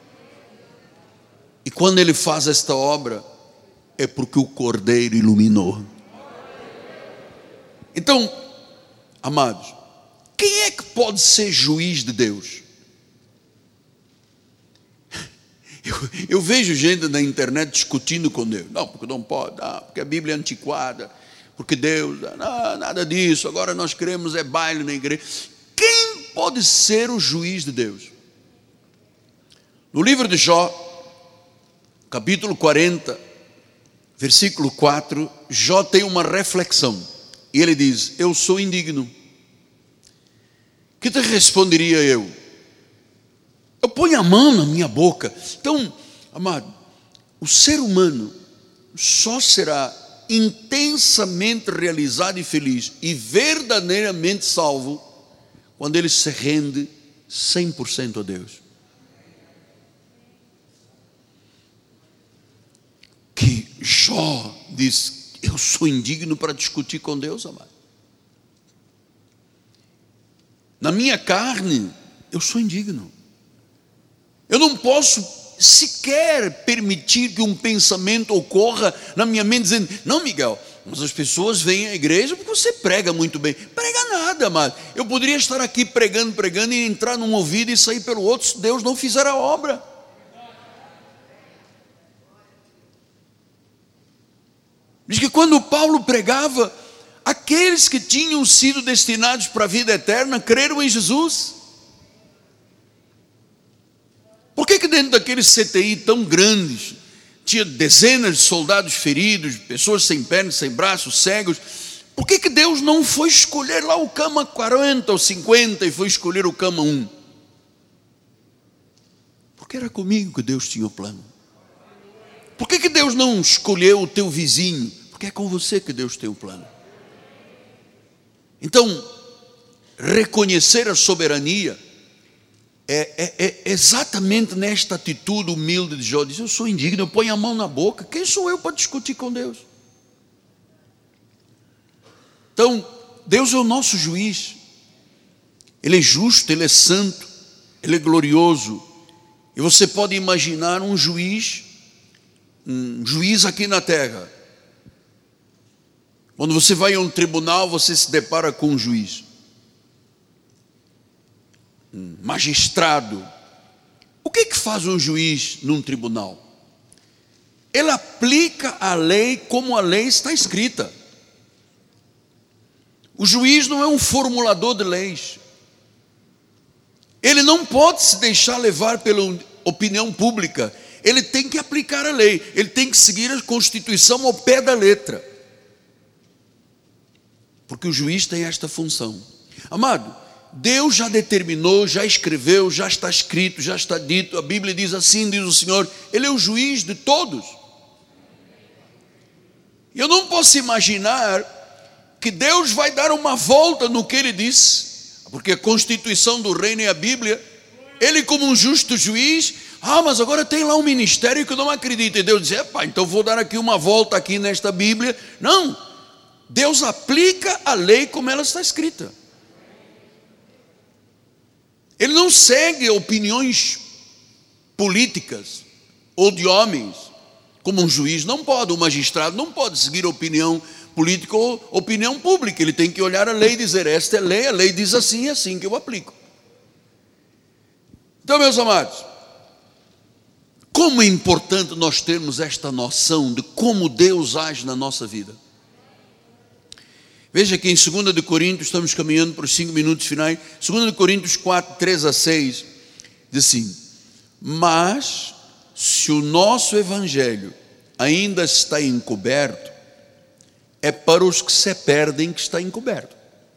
E quando ele faz esta obra, é porque o Cordeiro iluminou. Então, amados, quem é que pode ser juiz de Deus? Eu, eu vejo gente na internet discutindo com Deus. Não, porque não pode, não, porque a Bíblia é antiquada, porque Deus, não, nada disso, agora nós queremos é baile na igreja. Quem pode ser o juiz de Deus? No livro de Jó, capítulo quarenta, versículo quatro, Jó tem uma reflexão. E ele diz, eu sou indigno. Que te responderia eu? Eu ponho a mão na minha boca. Então, amado, o ser humano só será intensamente realizado e feliz e verdadeiramente salvo quando ele se rende cem por cento a Deus. Que Jó diz, eu sou indigno para discutir com Deus, amado. Na minha carne, eu sou indigno. Eu não posso sequer permitir que um pensamento ocorra na minha mente dizendo, não, Miguel, mas as pessoas vêm à igreja porque você prega muito bem. Prega nada, amado. Eu poderia estar aqui pregando, pregando e entrar num ouvido e sair pelo outro se Deus não fizer a obra. Diz que quando Paulo pregava, aqueles que tinham sido destinados para a vida eterna creram em Jesus. Por que que dentro daqueles C T I tão grandes tinha dezenas de soldados feridos, pessoas sem pernas, sem braços, cegos? Por que que Deus não foi escolher lá o cama quarenta ou cinquenta e foi escolher o cama um? Porque era comigo que Deus tinha o plano. Por que que Deus não escolheu o teu vizinho? Porque é com você que Deus tem o plano. Então, reconhecer a soberania é, é, é exatamente nesta atitude humilde de Jó. Diz, eu sou indigno, eu ponho a mão na boca. Quem sou eu para discutir com Deus? Então, Deus é o nosso juiz. Ele é justo, Ele é santo, Ele é glorioso. E você pode imaginar um juiz, um juiz aqui na terra. Quando você vai a um tribunal, você se depara com um juiz, um magistrado. O que é que faz um juiz num tribunal? Ele aplica a lei como a lei está escrita. O juiz não é um formulador de leis. Ele não pode se deixar levar pela opinião pública. Ele tem que aplicar a lei. Ele tem que seguir a Constituição ao pé da letra. Porque o juiz tem esta função. Amado, Deus já determinou, já escreveu, já está escrito, já está dito. A Bíblia diz assim, diz o Senhor, Ele é o juiz de todos. Eu não posso imaginar que Deus vai dar uma volta no que Ele disse, porque a Constituição do reino é a Bíblia. Ele como um justo juiz, ah, mas agora tem lá um ministério que eu não acredito. E Deus diz, epá, então vou dar aqui uma volta aqui nesta Bíblia. Não, Deus aplica a lei como ela está escrita. Ele não segue opiniões políticas ou de homens, como um juiz não pode, um magistrado não pode seguir a opinião política ou opinião pública. Ele tem que olhar a lei e dizer: esta é a lei, a lei diz assim, é assim que eu aplico. Então, meus amados, como é importante nós termos esta noção de como Deus age na nossa vida. Veja que em dois de Coríntios, estamos caminhando para os cinco minutos finais, dois de Coríntios quatro, três a seis, diz assim: mas se o nosso evangelho ainda está encoberto, é para os que se perdem que está encoberto.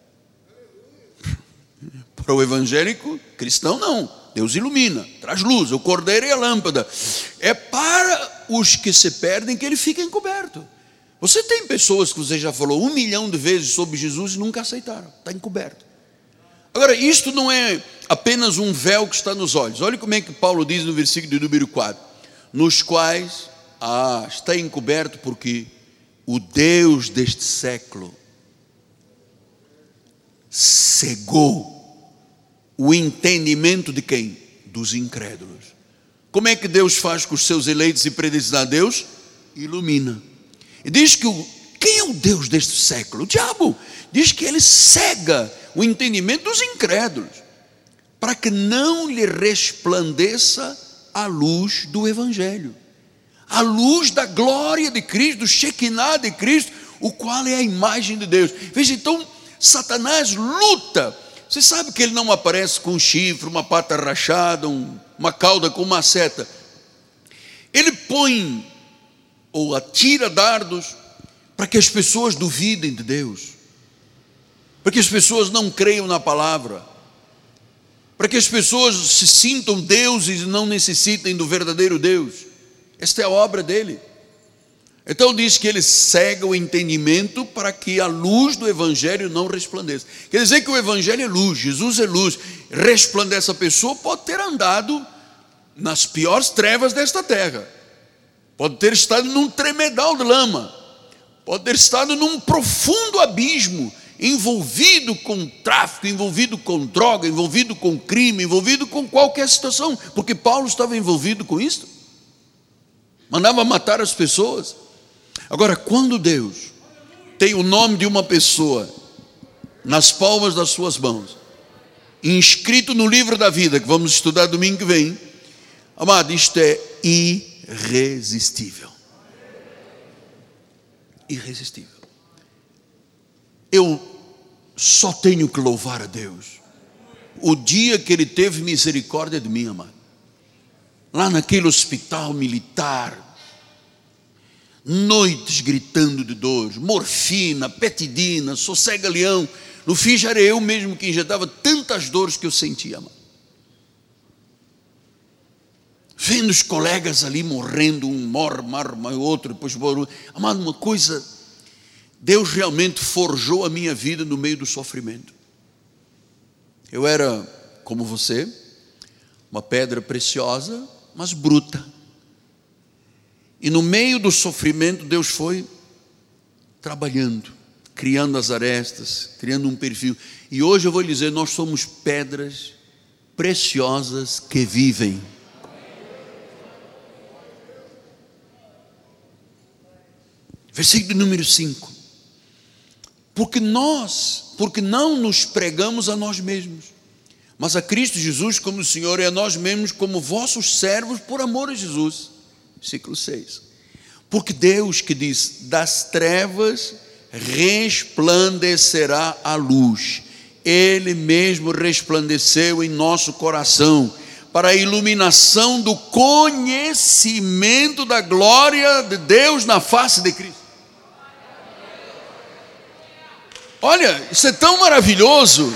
Para o evangélico cristão não, Deus ilumina, traz luz, o cordeiro e a lâmpada. É para os que se perdem que ele fica encoberto. Você tem pessoas que você já falou um milhão de vezes sobre Jesus e nunca aceitaram, está encoberto. Agora, isto não é apenas um véu que está nos olhos. Olha como é que Paulo diz no versículo de número quatro: nos quais ah, está encoberto porque o Deus deste século cegou o entendimento de quem? Dos incrédulos. Como é que Deus faz com os seus eleitos e predestinados? Deus ilumina. E diz que o, quem é o Deus deste século? O diabo. Diz que ele cega o entendimento dos incrédulos, para que não lhe resplandeça a luz do evangelho, a luz da glória de Cristo, do Shekinah de Cristo, o qual é a imagem de Deus. Veja, então, Satanás luta. Você sabe que ele não aparece com um chifre, uma pata rachada, um, uma cauda com uma seta. Ele põe ou atira dardos para que as pessoas duvidem de Deus, para que as pessoas não creiam na palavra, para que as pessoas se sintam deuses e não necessitem do verdadeiro Deus. Esta é a obra dele. Então diz que ele cega o entendimento para que a luz do evangelho não resplandeça. Quer dizer que o evangelho é luz, Jesus é luz. Resplandece a pessoa, pode ter andado nas piores trevas desta terra, pode ter estado num tremedal de lama, pode ter estado num profundo abismo, envolvido com tráfico, envolvido com droga, envolvido com crime, envolvido com qualquer situação, porque Paulo estava envolvido com isso, mandava matar as pessoas. Agora, quando Deus tem o nome de uma pessoa nas palmas das suas mãos, inscrito no livro da vida, que vamos estudar domingo que vem, amado, isto é irresistível. Irresistível. Eu só tenho que louvar a Deus o dia que Ele teve misericórdia de mim, amado. Lá naquele hospital militar, noites gritando de dor, morfina, petidina, sossega-leão. No fim já era eu mesmo que injetava tantas dores que eu sentia, amado. Vendo os colegas ali morrendo, um morre, morre, o outro, depois morre. Amado, uma coisa, Deus realmente forjou a minha vida no meio do sofrimento. Eu era, como você, uma pedra preciosa, mas bruta. E no meio do sofrimento, Deus foi trabalhando, criando as arestas, criando um perfil. E hoje eu vou lhe dizer, nós somos pedras preciosas que vivem. Versículo número cinco. Porque nós, porque não nos pregamos a nós mesmos, mas a Cristo Jesus como o Senhor, e a nós mesmos como vossos servos por amor a Jesus. Versículo seis. Porque Deus que diz, das trevas resplandecerá a luz. Ele mesmo resplandeceu em nosso coração, para a iluminação do conhecimento da glória de Deus na face de Cristo. Olha, isso é tão maravilhoso.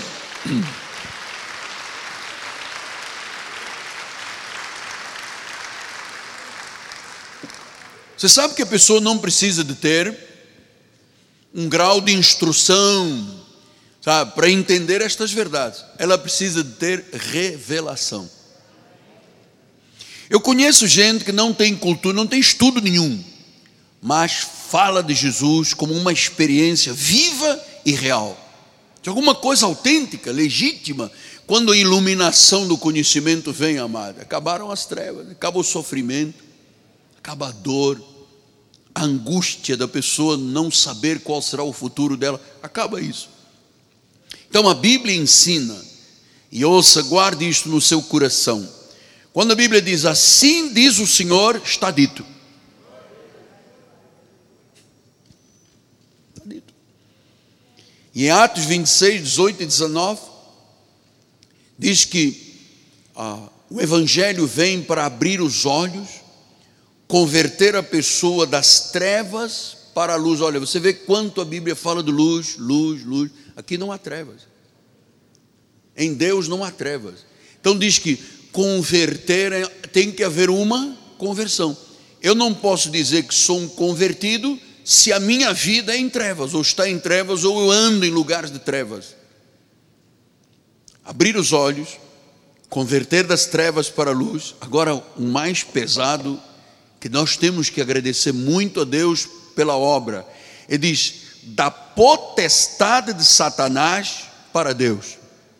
Você sabe que a pessoa não precisa de ter um grau de instrução, sabe, para entender estas verdades. Ela precisa de ter revelação. Eu conheço gente que não tem cultura, não tem estudo nenhum, mas fala de Jesus como uma experiência viva e real, de alguma coisa autêntica, legítima, Quando a iluminação do conhecimento vem, amado, acabaram as trevas, acaba o sofrimento, acaba a dor, a angústia da pessoa não saber qual será o futuro dela, acaba isso. Então a Bíblia ensina, e ouça, guarde isto no seu coração, quando a Bíblia diz assim diz o Senhor, está dito. Está dito. E em Atos vinte e seis, dezoito e dezenove, diz que ah, o Evangelho vem para abrir os olhos, converter a pessoa das trevas para a luz. Olha, você vê quanto a Bíblia fala de luz, luz, luz. Aqui não há trevas. Em Deus não há trevas. Então diz que converter, tem que haver uma conversão. Eu não posso dizer que sou um convertido se a minha vida é em trevas, ou está em trevas, ou eu ando em lugares de trevas. Abrir os olhos, converter das trevas para a luz. Agora, o mais pesado, que nós temos que agradecer muito a Deus pela obra, ele diz, da potestade de Satanás para Deus.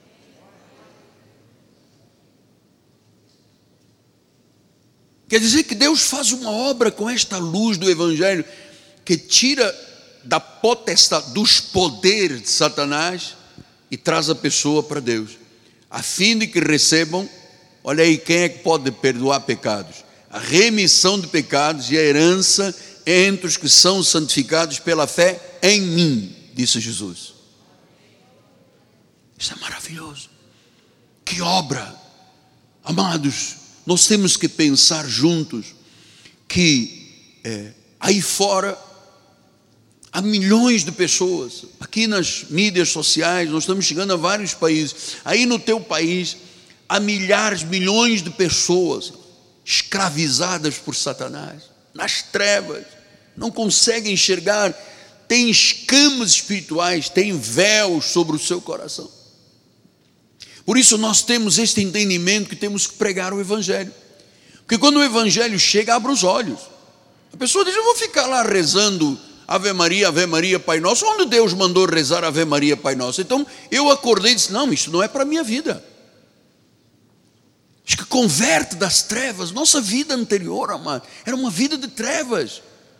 Quer dizer que Deus faz uma obra com esta luz do Evangelho, que tira da potestade, dos poderes de Satanás, e traz a pessoa para Deus, a fim de que recebam, olha aí, quem é que pode perdoar pecados? A remissão de pecados e a herança entre os que são santificados pela fé em mim, disse Jesus. Isso é maravilhoso. Que obra! Amados, nós temos que pensar juntos que é, aí fora há milhões de pessoas, aqui nas mídias sociais, nós estamos chegando a vários países, aí no teu país há milhares, milhões de pessoas escravizadas por Satanás, nas trevas, não conseguem enxergar, têm escamas espirituais, têm véus sobre o seu coração. Por isso nós temos este entendimento que temos que pregar o Evangelho, porque quando o Evangelho chega, abre os olhos. A pessoa diz, eu vou ficar lá rezando Ave Maria, Ave Maria, Pai Nosso. Onde Deus mandou rezar Ave Maria, Pai Nosso? Então eu acordei e disse, não, isso não é para a minha vida. Acho que converte das trevas. Nossa vida anterior, amado, era uma vida de trevas,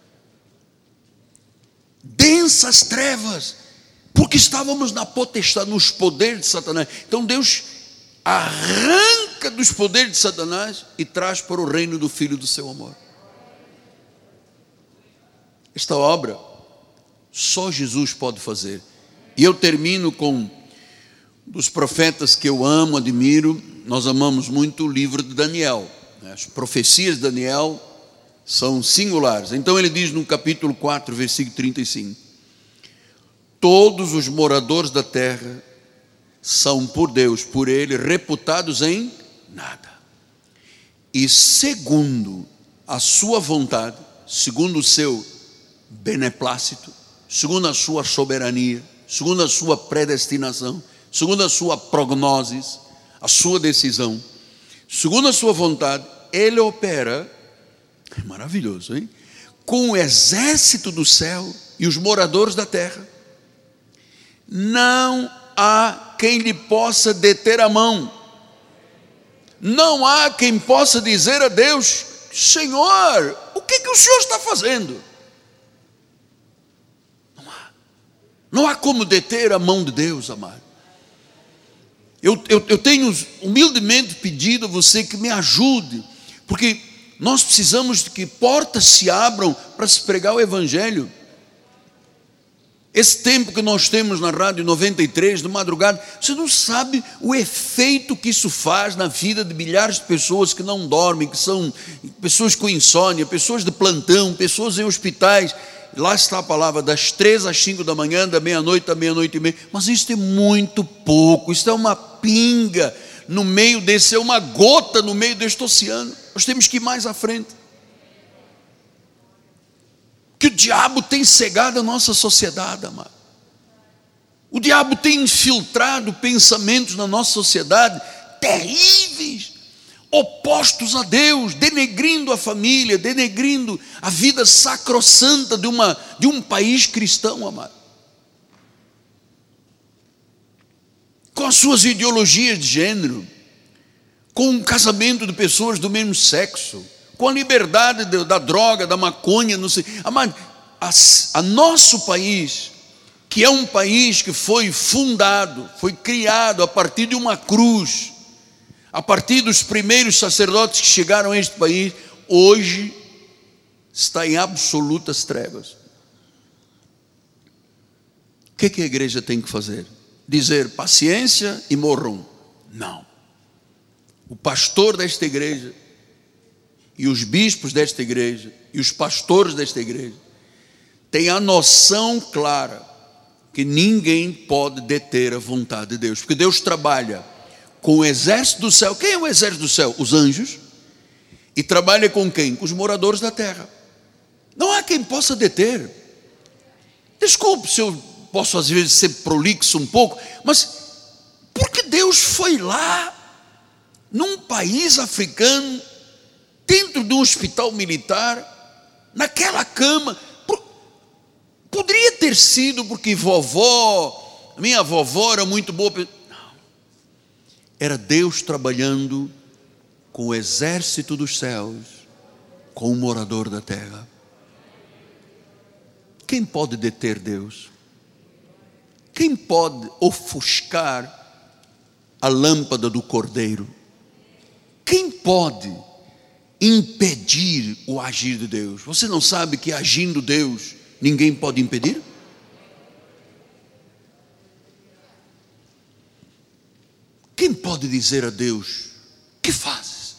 densas trevas, porque estávamos na potestade, nos poderes de Satanás. Então Deus arranca dos poderes de Satanás e traz para o reino do Filho do seu amor. Esta obra só Jesus pode fazer. E eu termino com um dos profetas que eu amo, admiro. Nós amamos muito o livro de Daniel. As profecias de Daniel são singulares. Então ele diz no capítulo quatro, versículo trinta e cinco: todos os moradores da terra são por Deus, por ele, reputados em nada. E segundo a sua vontade, segundo o seu beneplácito, segundo a sua soberania, segundo a sua predestinação, segundo a sua prognose, a sua decisão, segundo a sua vontade, ele opera, é maravilhoso, hein? Com o exército do céu e os moradores da terra. Não há quem lhe possa deter a mão, não há quem possa dizer a Deus, Senhor, o que, que o Senhor está fazendo? Não há, não há como deter a mão de Deus, amado. Eu, eu, eu tenho humildemente pedido a você que me ajude, porque nós precisamos de que portas se abram para se pregar o Evangelho. Esse tempo que nós temos na Rádio noventa e três, de madrugada, você não sabe o efeito que isso faz na vida de milhares de pessoas que não dormem, que são pessoas com insônia, pessoas de plantão, pessoas em hospitais. Lá está a palavra, das três às cinco da manhã, da meia-noite à meia-noite e meia. Mas isso é muito pouco, isso é uma pinga no meio desse, é uma gota no meio deste oceano. Nós temos que ir mais à frente. Que o diabo tem cegado a nossa sociedade, amado. O diabo tem infiltrado pensamentos na nossa sociedade terríveis, opostos a Deus, denegrindo a família, denegrindo a vida sacrossanta de, uma, de um país cristão, amado. com as suas ideologias de gênero, com o casamento de pessoas do mesmo sexo, com a liberdade de, da droga, da maconha, não sei. Amado, a, a nosso país, que é um país que foi fundado, foi criado a partir de uma cruz, a partir dos primeiros sacerdotes que chegaram a este país, hoje está em absolutas trevas. O que, que a igreja tem que fazer? Dizer paciência e morram? Não. O pastor desta igreja, e os bispos desta igreja, e os pastores desta igreja, têm a noção clara que ninguém pode deter a vontade de Deus, porque Deus trabalha com o exército do céu. Quem é o exército do céu? Os anjos. E trabalha com quem? Com os moradores da terra. Não há quem possa deter. Desculpe se eu posso às vezes ser prolixo um pouco, mas porque Deus foi lá, num país africano, dentro de um hospital militar, naquela cama. Poderia ter sido porque vovó, minha vovó era muito boa. Não, era Deus trabalhando com o exército dos céus, com o morador da terra. Quem pode deter Deus? Quem pode ofuscar a lâmpada do Cordeiro? Quem pode impedir o agir de Deus? Você não sabe que agindo Deus, ninguém pode impedir? Quem pode dizer a Deus, que fazes?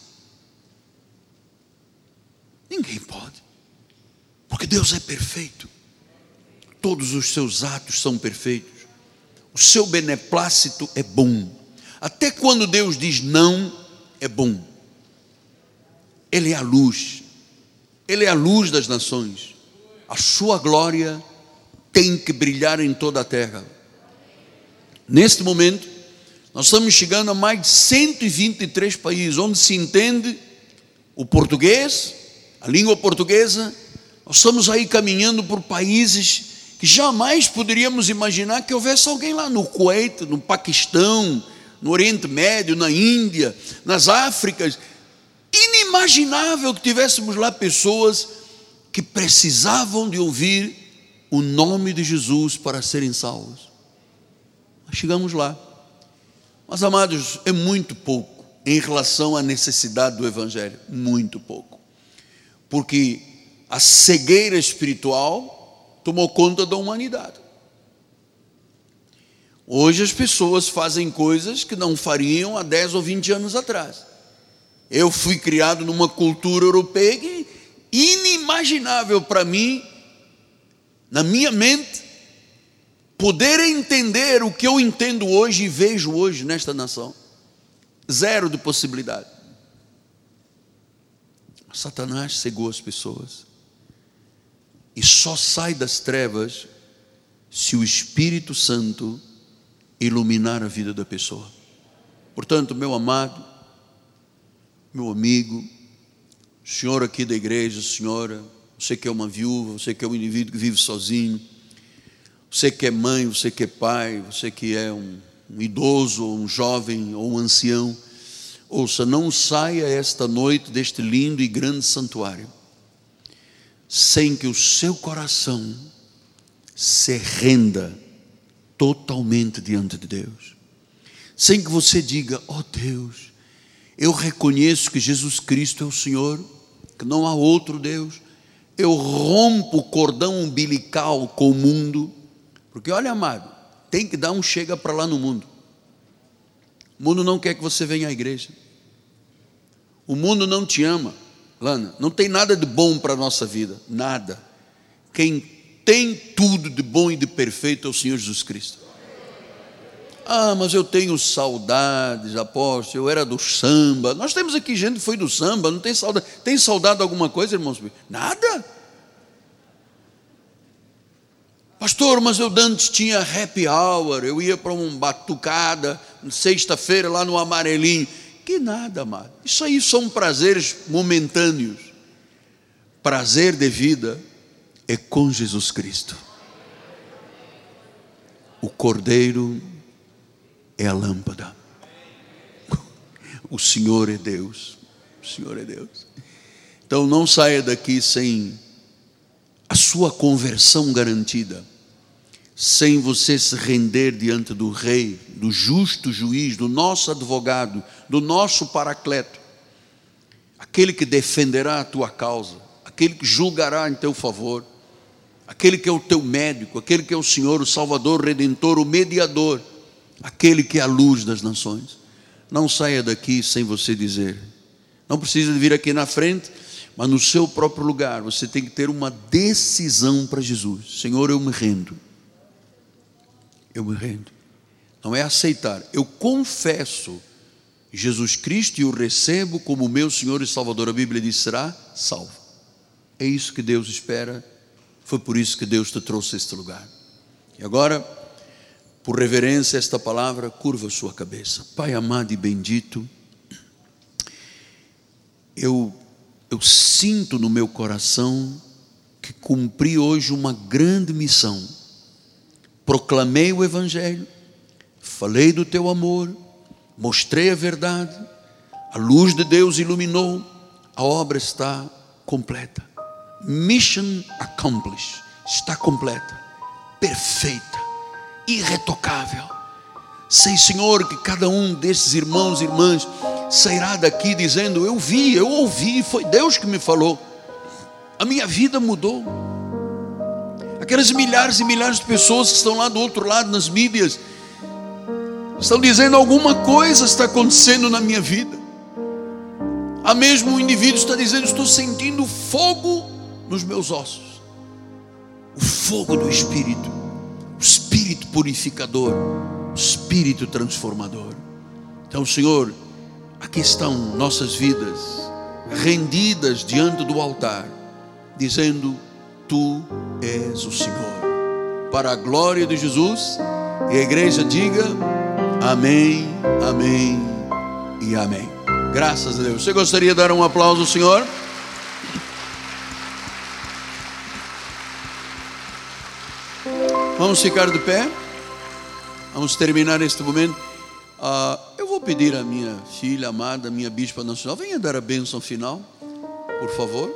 Ninguém pode, porque Deus é perfeito, todos os seus atos são perfeitos, o seu beneplácito é bom, até quando Deus diz não, é bom. Ele é a luz, Ele é a luz das nações, a sua glória tem que brilhar em toda a terra. Neste momento, nós estamos chegando a mais de cento e vinte e três países, onde se entende o português, a língua portuguesa. Nós estamos aí caminhando por países que jamais poderíamos imaginar que houvesse alguém lá no Kuwait, no Paquistão, no Oriente Médio, na Índia, nas Áfricas. Inimaginável que tivéssemos lá pessoas que precisavam de ouvir o nome de Jesus para serem salvos. Nós chegamos lá. Mas, amados, é muito pouco em relação à necessidade do Evangelho, muito pouco, porque a cegueira espiritual tomou conta da humanidade. Hoje as pessoas fazem coisas que não fariam há dez ou vinte anos atrás. Eu fui criado numa cultura europeia que inimaginável para mim, na minha mente, poder entender o que eu entendo hoje e vejo hoje nesta nação. Zero de possibilidade. Satanás cegou as pessoas. E só sai das trevas se o Espírito Santo iluminar a vida da pessoa. Portanto, meu amado, meu amigo, senhor aqui da igreja, senhora, você que é uma viúva, você que é um indivíduo que vive sozinho, você que é mãe, você que é pai, você que é um, um idoso, ou um jovem, ou um ancião, ouça, não saia esta noite deste lindo e grande santuário sem que o seu coração se renda totalmente diante de Deus, sem que você diga, ó Deus, eu reconheço que Jesus Cristo é o Senhor, que não há outro Deus, eu rompo o cordão umbilical com o mundo, porque olha, amado, tem que dar um chega para lá no mundo. O mundo não quer que você venha à igreja, o mundo não te ama, Lana, não tem nada de bom para a nossa vida, nada. Quem tem tudo de bom e de perfeito é o Senhor Jesus Cristo. Ah, mas eu tenho saudades, apóstolo, eu era do samba. Nós temos aqui gente que foi do samba, não tem saudade. Tem saudade de alguma coisa, irmãos? Nada. Pastor, mas eu antes tinha happy hour, eu ia para uma batucada, sexta-feira lá no Amarelinho. Que nada, amado. Isso aí são prazeres momentâneos. Prazer de vida é com Jesus Cristo, o Cordeiro é a lâmpada. O Senhor é Deus. O Senhor é Deus. Então não saia daqui sem a sua conversão garantida, sem você se render diante do Rei, do justo juiz, do nosso advogado, do nosso paracleto, aquele que defenderá a tua causa, aquele que julgará em teu favor, aquele que é o teu médico, aquele que é o Senhor, o Salvador, o Redentor, o mediador, aquele que é a luz das nações. Não saia daqui sem você dizer, não precisa de vir aqui na frente, mas no seu próprio lugar, você tem que ter uma decisão para Jesus. Senhor, eu me rendo, eu me rendo. Não é aceitar, eu confesso Jesus Cristo e o recebo como meu Senhor e Salvador. A Bíblia diz, será salvo. É isso que Deus espera, foi por isso que Deus te trouxe a este lugar. E agora, por reverência a esta palavra, curva a sua cabeça. Pai amado e bendito, eu, eu sinto no meu coração que cumpri hoje uma grande missão. Proclamei o Evangelho, falei do teu amor, mostrei a verdade, a luz de Deus iluminou, a obra está completa. Mission accomplished, está completa, perfeita, irretocável. Sei, Senhor, que cada um desses irmãos e irmãs sairá daqui dizendo, eu vi, eu ouvi, foi Deus que me falou, a minha vida mudou. Aquelas milhares e milhares de pessoas que estão lá do outro lado nas mídias, estão dizendo, alguma coisa está acontecendo na minha vida. Há mesmo um indivíduo está dizendo, estou sentindo fogo nos meus ossos, o fogo do Espírito, o Espírito purificador, o Espírito transformador. Então, Senhor, aqui estão nossas vidas rendidas diante do altar, dizendo, Tu és o Senhor, para a glória de Jesus. E a igreja diga, amém, amém e amém. Graças a Deus. Você gostaria de dar um aplauso ao Senhor? Vamos ficar de pé. Vamos terminar este momento. uh, Eu vou pedir à minha filha amada, minha bispa nacional, venha dar a bênção final, por favor.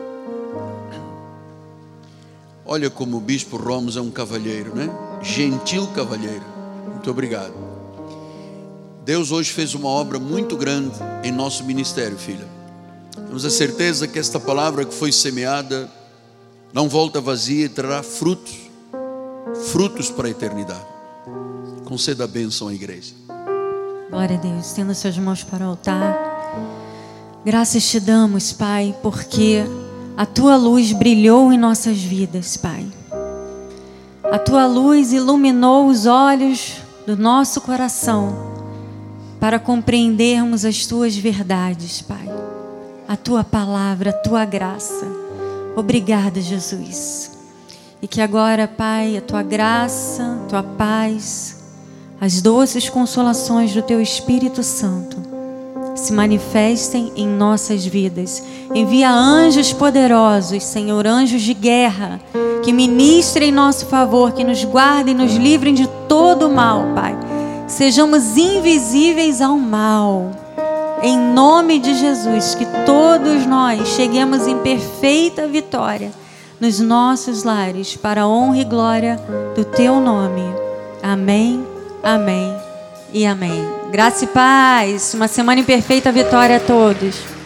Olha como o bispo Ramos é um cavalheiro, né? Gentil cavalheiro. Muito obrigado. Deus hoje fez uma obra muito grande em nosso ministério, filha. Temos a certeza que esta palavra que foi semeada não volta vazia e trará frutos, frutos para a eternidade. Conceda a bênção à igreja. Glória a Deus. Tendo suas mãos para o altar, graças te damos, Pai, porque a Tua luz brilhou em nossas vidas, Pai. A Tua luz iluminou os olhos do nosso coração para compreendermos as Tuas verdades, Pai. A Tua palavra, a Tua graça. Obrigada, Jesus. E que agora, Pai, a Tua graça, a Tua paz, as doces consolações do Teu Espírito Santo se manifestem em nossas vidas. Envia anjos poderosos, Senhor, anjos de guerra, que ministrem em nosso favor, que nos guardem, nos livrem de todo o mal, Pai. Sejamos invisíveis ao mal. Em nome de Jesus, que todos nós cheguemos em perfeita vitória nos nossos lares, para a honra e glória do Teu nome. Amém, amém e amém. Graça e paz, uma semana em perfeita vitória a todos.